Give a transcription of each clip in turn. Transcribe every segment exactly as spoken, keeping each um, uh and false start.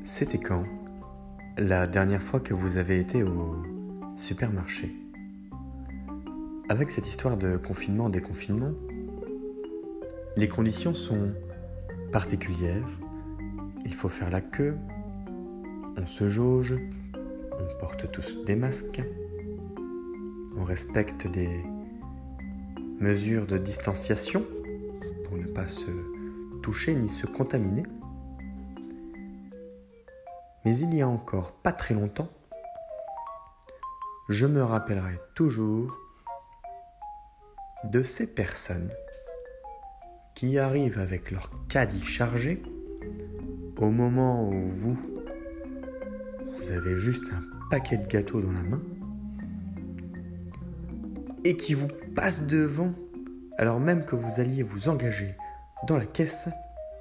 C'était quand la dernière fois que vous avez été au supermarché? Avec cette histoire de confinement-déconfinement, les conditions sont particulières. Il faut faire la queue, on se jauge, on porte tous des masques, on respecte des mesures de distanciation pour ne pas se toucher ni se contaminer. Mais il y a encore pas très longtemps, je me rappellerai toujours de ces personnes qui arrivent avec leur caddie chargé au moment où vous, vous avez juste un paquet de gâteaux dans la main et qui vous passent devant alors même que vous alliez vous engager dans la caisse,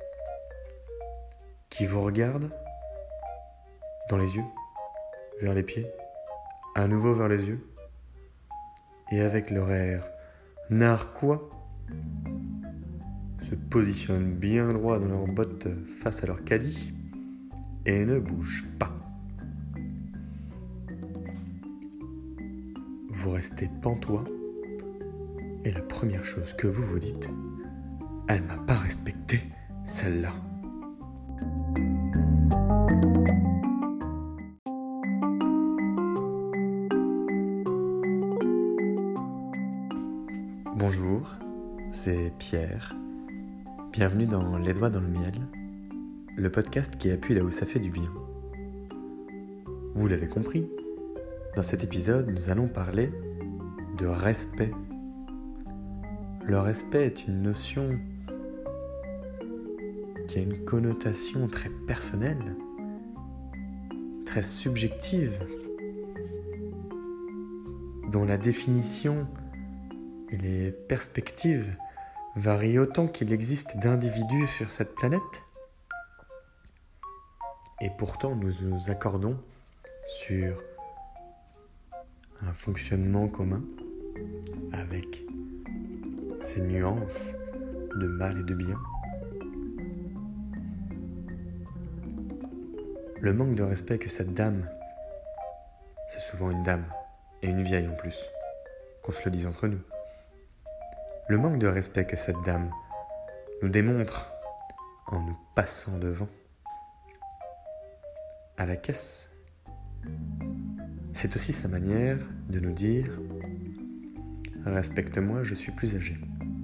qui vous regardent dans les yeux, vers les pieds, à nouveau vers les yeux, et avec leur air narquois, se positionnent bien droit dans leurs bottes face à leur caddie et ne bougent pas. Vous restez pantois et la première chose que vous vous dites, elle m'a pas respecté, celle-là. Bonjour, c'est Pierre. Bienvenue dans Les Doigts dans le Miel, le podcast qui appuie là où ça fait du bien. Vous l'avez compris, dans cet épisode, nous allons parler de respect. Le respect est une notion qui a une connotation très personnelle, très subjective, dont la définition et les perspectives varient autant qu'il existe d'individus sur cette planète. Et pourtant, nous nous accordons sur un fonctionnement commun avec ses nuances de mal et de bien. Le manque de respect que cette dame, c'est souvent une dame, et une vieille en plus, qu'on se le dise entre nous, le manque de respect que cette dame nous démontre en nous passant devant à la caisse, c'est aussi sa manière de nous dire « Respecte-moi, je suis plus âgé ».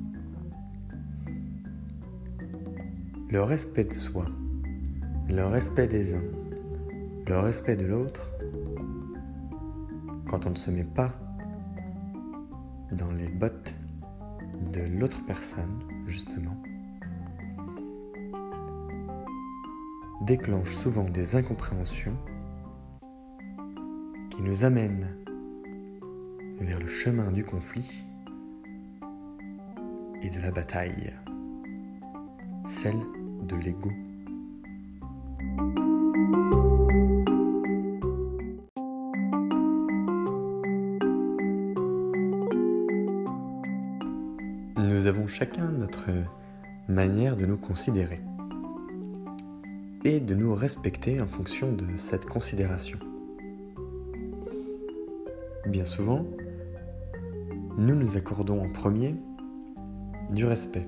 Le respect de soi, le respect des uns, le respect de l'autre, quand on ne se met pas dans les bottes de l'autre personne, justement, déclenche souvent des incompréhensions qui nous amènent vers le chemin du conflit et de la bataille, celle de l'ego. Nous avons chacun notre manière de nous considérer et de nous respecter en fonction de cette considération. Bien souvent, nous nous accordons en premier du respect.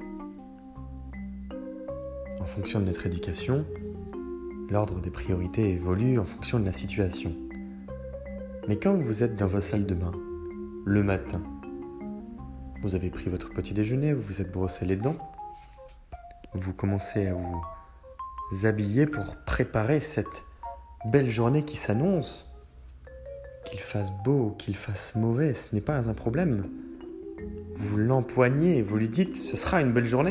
En fonction de notre éducation, l'ordre des priorités évolue en fonction de la situation. Mais quand vous êtes dans votre salle de bain, le matin, vous avez pris votre petit déjeuner, vous vous êtes brossé les dents, vous commencez à vous habiller pour préparer cette belle journée qui s'annonce. Qu'il fasse beau, qu'il fasse mauvais, ce n'est pas un problème. Vous l'empoignez et vous lui dites « ce sera une belle journée ».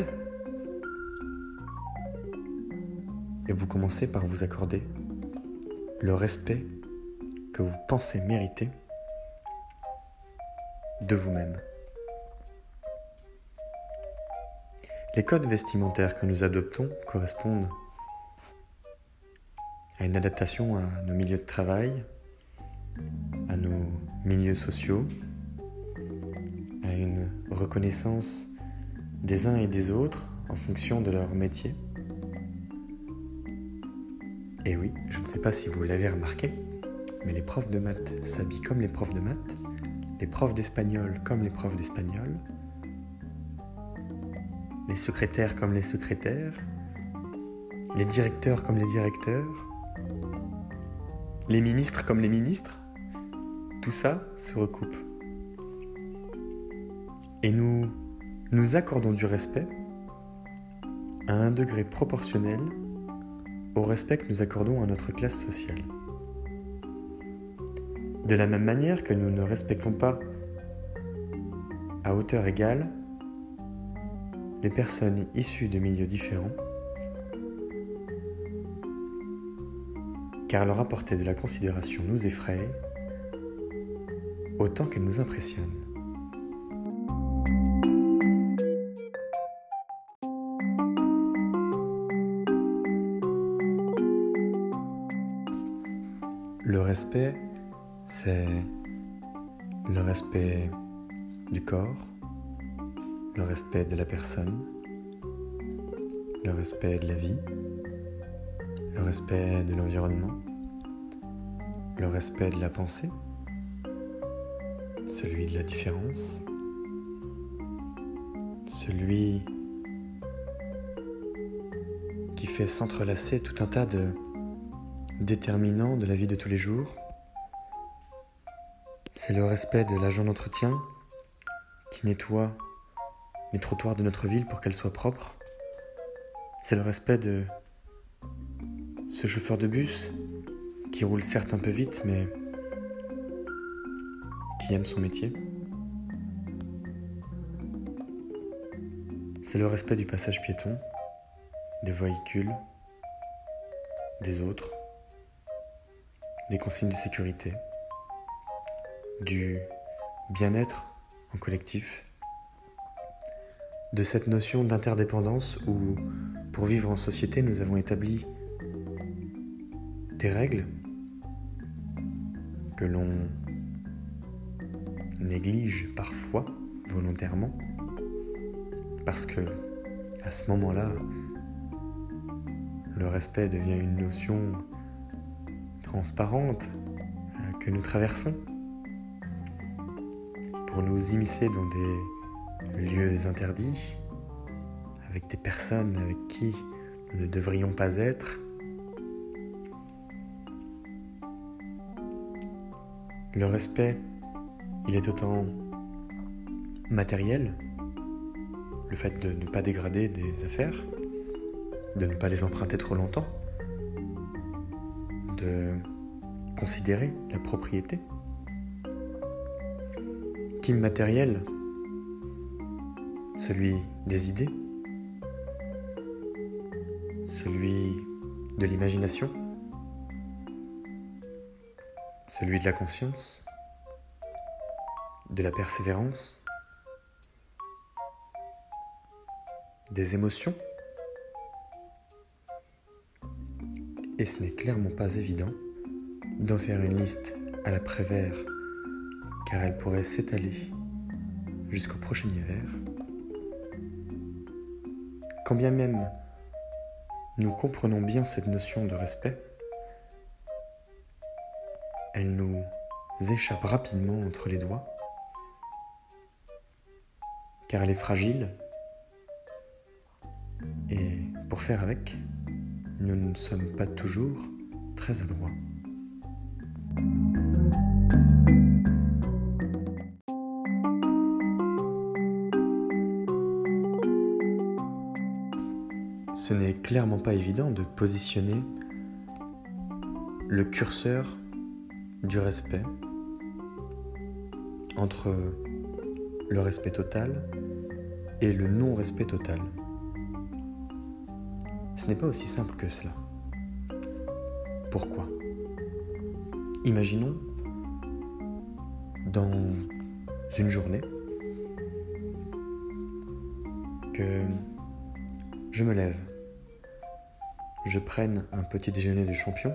Et vous commencez par vous accorder le respect que vous pensez mériter de vous-même. Les codes vestimentaires que nous adoptons correspondent à une adaptation à nos milieux de travail, à nos milieux sociaux, à une reconnaissance des uns et des autres en fonction de leur métier. Et oui, je ne sais pas si vous l'avez remarqué, mais les profs de maths s'habillent comme les profs de maths, les profs d'espagnol comme les profs d'espagnol, les secrétaires comme les secrétaires, les directeurs comme les directeurs, les ministres comme les ministres. Tout ça se recoupe. Et nous nous accordons du respect à un degré proportionnel au respect que nous accordons à notre classe sociale. De la même manière que nous ne respectons pas à hauteur égale les personnes issues de milieux différents, car leur apporter de la considération nous effraie autant qu'elle nous impressionne. Le respect, c'est le respect du corps, le respect de la personne, le respect de la vie, le respect de l'environnement, le respect de la pensée, celui de la différence, celui qui fait s'entrelacer tout un tas de déterminants de la vie de tous les jours. C'est le respect de l'agent d'entretien qui nettoie les trottoirs de notre ville pour qu'elle soit propre. C'est le respect de ce chauffeur de bus qui roule certes un peu vite, mais qui aime son métier. C'est le respect du passage piéton, des véhicules, des autres, des consignes de sécurité, du bien-être en collectif, de cette notion d'interdépendance où, pour vivre en société, nous avons établi des règles que l'on néglige parfois volontairement, parce que à ce moment-là, le respect devient une notion transparente euh, que nous traversons pour nous immiscer dans des lieux interdits, avec des personnes avec qui nous ne devrions pas être. Le respect, il est autant matériel, le fait de ne pas dégrader des affaires, de ne pas les emprunter trop longtemps, de considérer la propriété, qu'immatériel, celui des idées, celui de l'imagination, celui de la conscience, de la persévérance, des émotions. Et ce n'est clairement pas évident d'en faire une liste à la Prévert, car elle pourrait s'étaler jusqu'au prochain hiver. Quand bien même nous comprenons bien cette notion de respect, elle nous échappe rapidement entre les doigts, car elle est fragile, et pour faire avec, nous ne sommes pas toujours très adroits. Ce n'est clairement pas évident de positionner le curseur du respect entre le respect total et le non-respect total. Ce n'est pas aussi simple que cela. Pourquoi ? Imaginons, dans une journée, que je me lève, je prenne un petit déjeuner de champion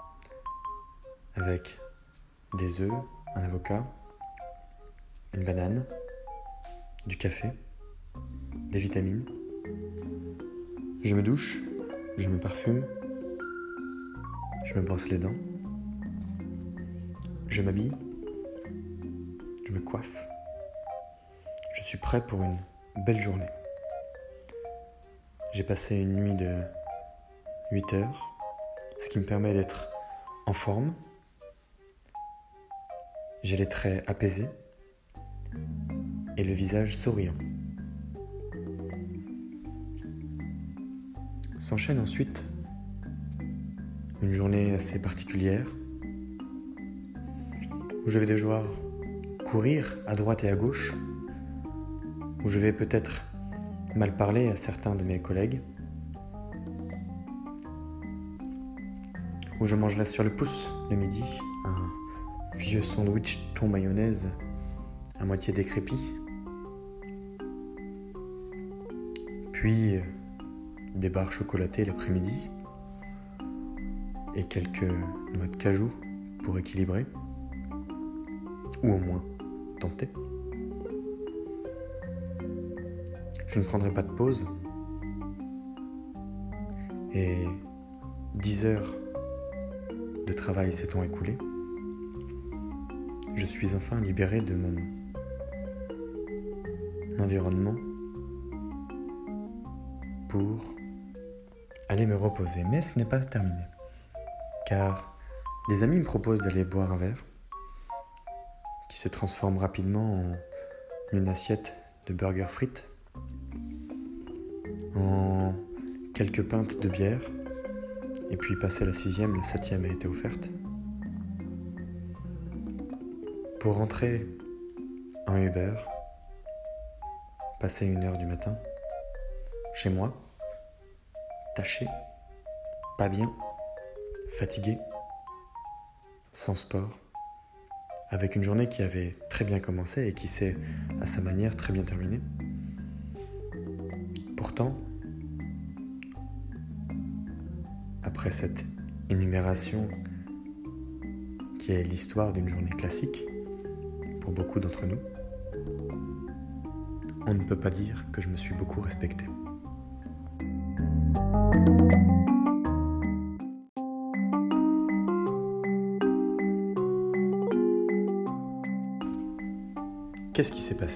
avec des œufs, un avocat, une banane, du café, des vitamines. Je me douche, je me parfume, je me brosse les dents, je m'habille, je me coiffe. Je suis prêt pour une belle journée. J'ai passé une nuit de huit heures, ce qui me permet d'être en forme. J'ai les traits apaisés et le visage souriant. S'enchaîne ensuite une journée assez particulière où je vais devoir courir à droite et à gauche, où je vais peut-être mal parler à certains de mes collègues, où je mangerai sur le pouce le midi un vieux sandwich thon mayonnaise à moitié décrépit, puis des barres chocolatées l'après-midi et quelques noix de cajou pour équilibrer, ou au moins tenter. Je ne prendrai pas de pause et dix heures de travail s'étant écoulées, je suis enfin libéré de mon environnement pour aller me reposer. Mais ce n'est pas terminé, car des amis me proposent d'aller boire un verre qui se transforme rapidement en une assiette de burger frites, en quelques pintes de bière, et puis passé la sixième, la septième a été offerte. Pour rentrer en Uber, passer une heure du matin, chez moi, taché, pas bien, fatigué, sans sport, avec une journée qui avait très bien commencé et qui s'est, à sa manière, très bien terminée. Pourtant, après cette énumération qui est l'histoire d'une journée classique pour beaucoup d'entre nous, on ne peut pas dire que je me suis beaucoup respecté. Qu'est-ce qui s'est passé ?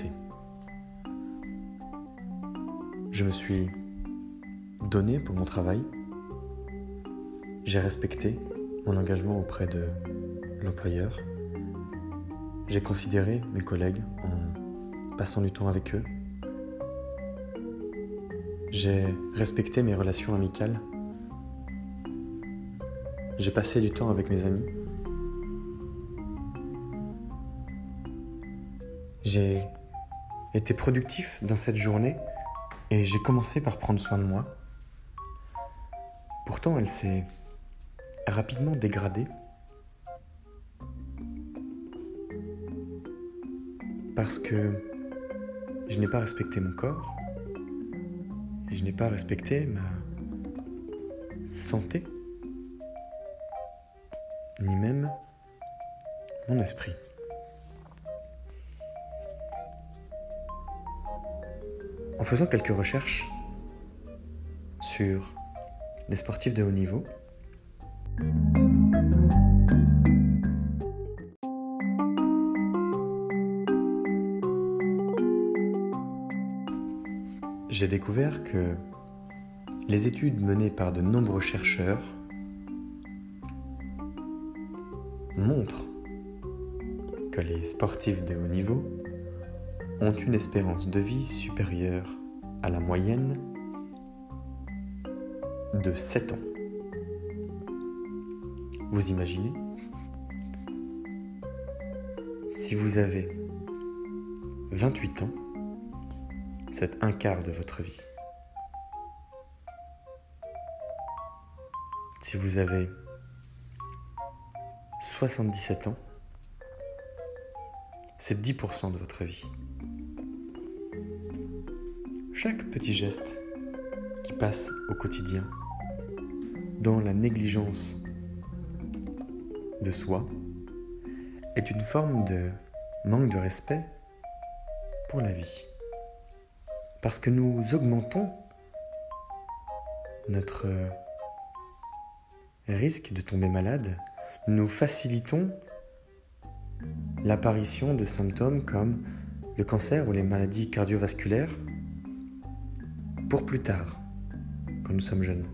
Je me suis donné pour mon travail. J'ai respecté mon engagement auprès de l'employeur. J'ai considéré mes collègues en passant du temps avec eux. J'ai respecté mes relations amicales. J'ai passé du temps avec mes amis. J'ai été productif dans cette journée et j'ai commencé par prendre soin de moi. Pourtant, elle s'est rapidement dégradée parce que je n'ai pas respecté mon corps, je n'ai pas respecté ma santé, ni même mon esprit. En faisant quelques recherches sur les sportifs de haut niveau, j'ai découvert que les études menées par de nombreux chercheurs montrent que les sportifs de haut niveau ont une espérance de vie supérieure à la moyenne de sept ans. Vous imaginez ? Si vous avez vingt-huit ans, c'est un quart de votre vie. Si vous avez soixante-dix-sept ans, c'est dix pour cent de votre vie. Chaque petit geste qui passe au quotidien, dans la négligence de soi, est une forme de manque de respect pour la vie. Parce que nous augmentons notre risquent de tomber malades, nous facilitons l'apparition de symptômes comme le cancer ou les maladies cardiovasculaires pour plus tard, quand nous sommes jeunes.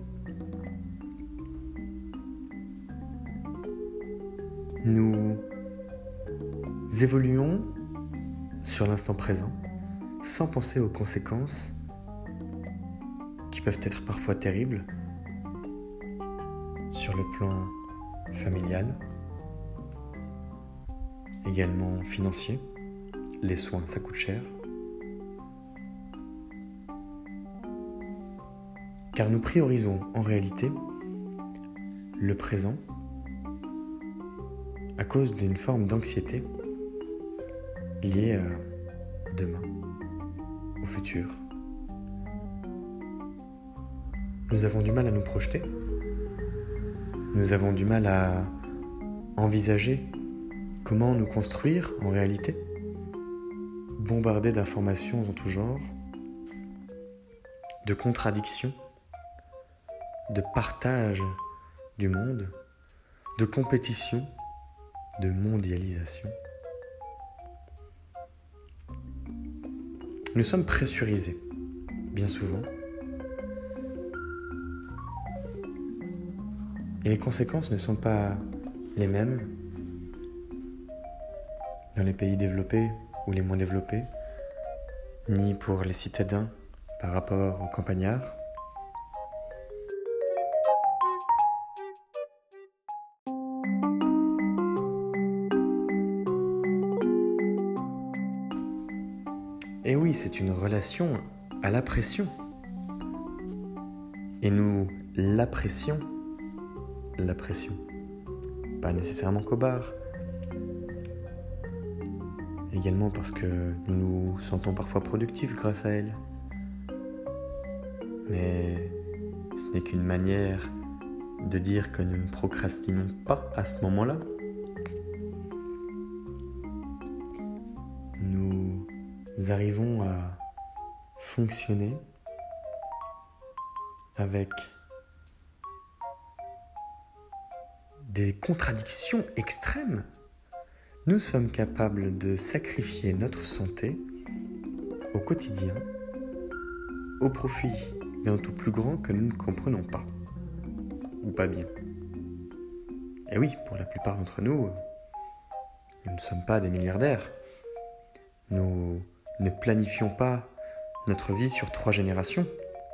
Nous évoluons sur l'instant présent sans penser aux conséquences qui peuvent être parfois terribles sur le plan familial, également financier. Les soins, ça coûte cher. Car nous priorisons en réalité le présent à cause d'une forme d'anxiété liée à demain, au futur. Nous avons du mal à nous projeter. Nous avons du mal à envisager comment nous construire en réalité, bombardés d'informations en tout genre, de contradictions, de partage du monde, de compétition, de mondialisation. Nous sommes pressurisés, bien souvent, et les conséquences ne sont pas les mêmes dans les pays développés ou les moins développés, ni pour les citadins par rapport aux campagnards. Et oui, c'est une relation à la pression. Et nous l'apprécions, la pression. Pas nécessairement qu'au bar. Également parce que nous nous sentons parfois productifs grâce à elle. Mais ce n'est qu'une manière de dire que nous ne procrastinons pas à ce moment-là. Nous arrivons à fonctionner avec des contradictions extrêmes. Nous sommes capables de sacrifier notre santé au quotidien au profit d'un tout plus grand que nous ne comprenons pas, ou pas bien. Et oui, pour la plupart d'entre nous, nous ne sommes pas des milliardaires. Nous ne planifions pas notre vie sur trois générations.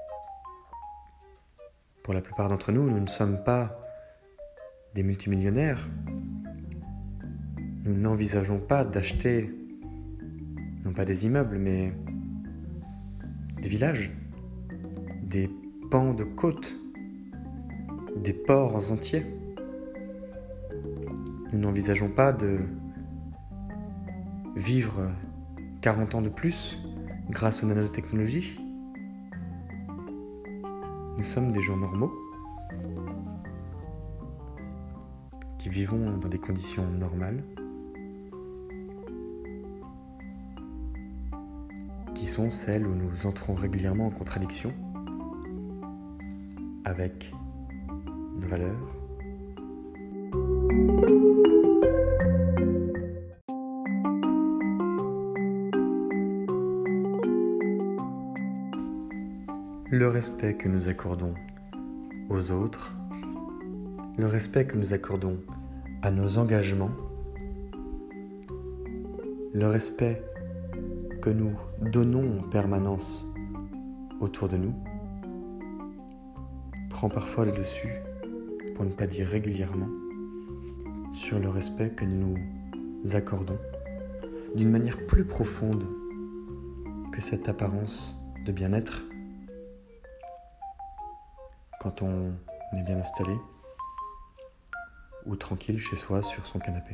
Pour la plupart d'entre nous, nous ne sommes pas des multimillionnaires. Nous n'envisageons pas d'acheter, non pas des immeubles, mais des villages, des pans de côtes, des ports entiers. Nous n'envisageons pas de vivre quarante ans de plus grâce aux nanotechnologies. Nous sommes des gens normaux qui vivons dans des conditions normales, qui sont celles où nous entrons régulièrement en contradiction avec nos valeurs, le respect que nous accordons aux autres, le respect que nous accordons à nos engagements, le respect que nous donnons en permanence autour de nous, prend parfois le dessus, pour ne pas dire régulièrement, sur le respect que nous nous accordons d'une manière plus profonde que cette apparence de bien-être quand on est bien installé ou tranquille chez soi sur son canapé.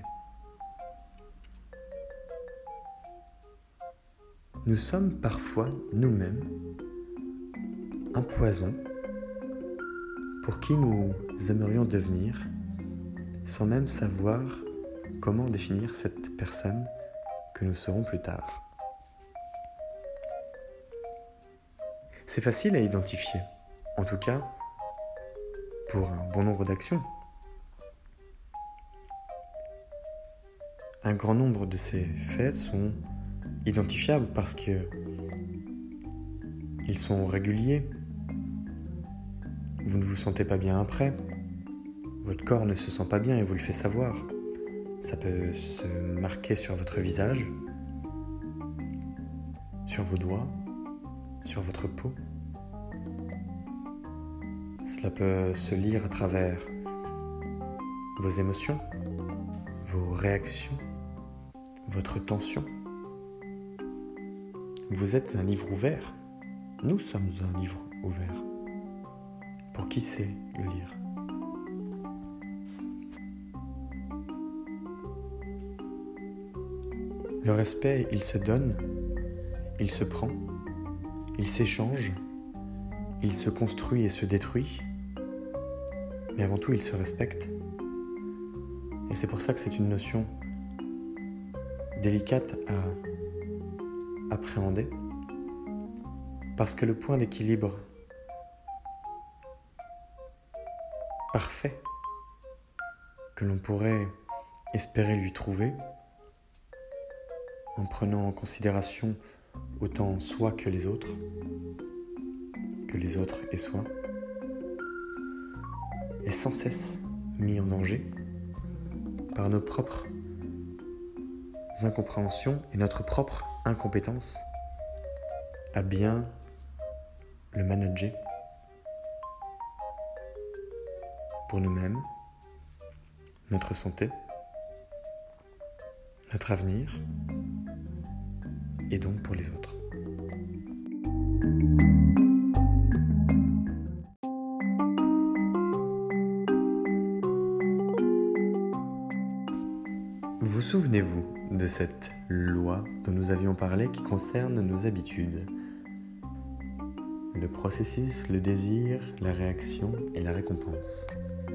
Nous sommes parfois nous-mêmes un poison pour qui nous aimerions devenir sans même savoir comment définir cette personne que nous serons plus tard. C'est facile à identifier, en tout cas pour un bon nombre d'actions un grand nombre de ces faits sont identifiables parce que ils sont réguliers. Vous ne vous sentez pas bien après. Votre corps ne se sent pas bien et vous le faites savoir. Ça peut se marquer sur votre visage, sur vos doigts, sur votre peau. Cela peut se lire à travers vos émotions, vos réactions, votre tension. Vous êtes un livre ouvert. Nous sommes un livre ouvert. Pour qui sait le lire? Le respect, il se donne, il se prend, il s'échange, il se construit et se détruit, mais avant tout, il se respecte. Et c'est pour ça que c'est une notion délicate à appréhender, parce que le point d'équilibre parfait que l'on pourrait espérer lui trouver, en prenant en considération autant soi que les autres, que les autres et soi, est sans cesse mis en danger par nos propres incompréhensions et notre propre incompétence à bien le manager pour nous-mêmes, notre santé, notre avenir et donc pour les autres. Vous souvenez-vous de cette loi dont nous avions parlé qui concerne nos habitudes? Le processus, le désir, la réaction et la récompense.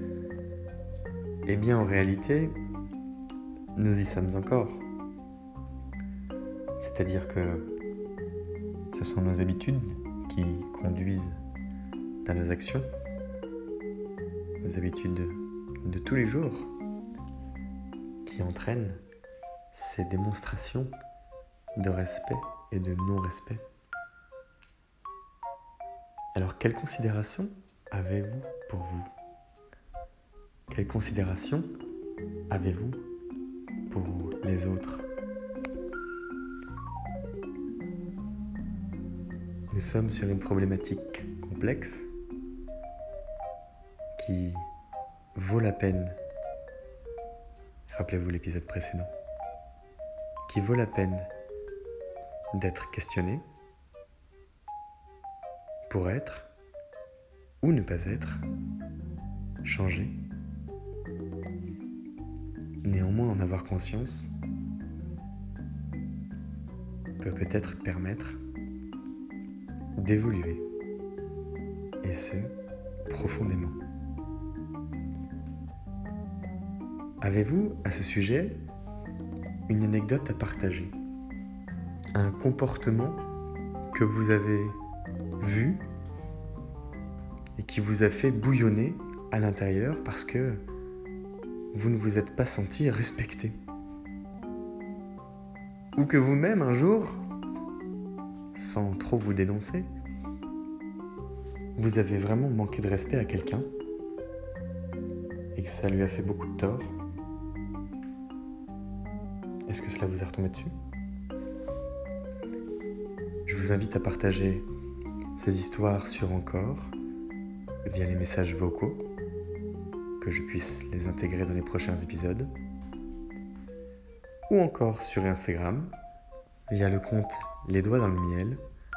Eh bien, en réalité, nous y sommes encore. C'est-à-dire que ce sont nos habitudes qui conduisent à nos actions, nos habitudes de, de tous les jours, qui entraînent ces démonstrations de respect et de non-respect. Alors, quelle considération avez-vous pour vous? Quelle considération avez-vous pour les autres? Nous sommes sur une problématique complexe qui vaut la peine, rappelez-vous l'épisode précédent, qui vaut la peine d'être questionné pour être ou ne pas être, changer. Néanmoins, en avoir conscience peut peut-être permettre d'évoluer, et ce, profondément. Avez-vous, à ce sujet, une anecdote à partager? Un comportement que vous avez vu et qui vous a fait bouillonner à l'intérieur parce que vous ne vous êtes pas senti respecté? Ou que vous-même, un jour, sans trop vous dénoncer, vous avez vraiment manqué de respect à quelqu'un et que ça lui a fait beaucoup de tort? Est-ce que cela vous est retombé dessus? Je vous invite à partager ces histoires sur Encore via les messages vocaux, que je puisse les intégrer dans les prochains épisodes, ou encore sur Instagram via le compte Les Doigts dans le Miel.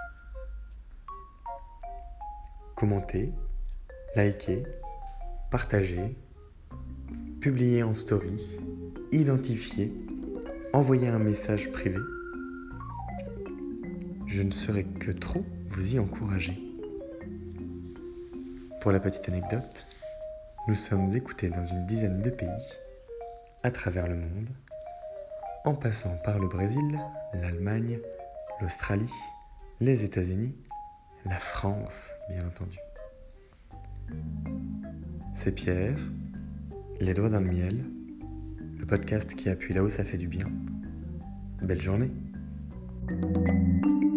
Commentez, likez, partagez, publiez en story, identifiez, envoyez un message privé. Je ne saurais que trop vous y encourager. Pour la petite anecdote, nous sommes écoutés dans une dizaine de pays à travers le monde, en passant par le Brésil, l'Allemagne, l'Australie, les États-Unis, la France, bien entendu. C'est Pierre, Les Doigts dans le Miel, le podcast qui appuie là où ça fait du bien. Belle journée.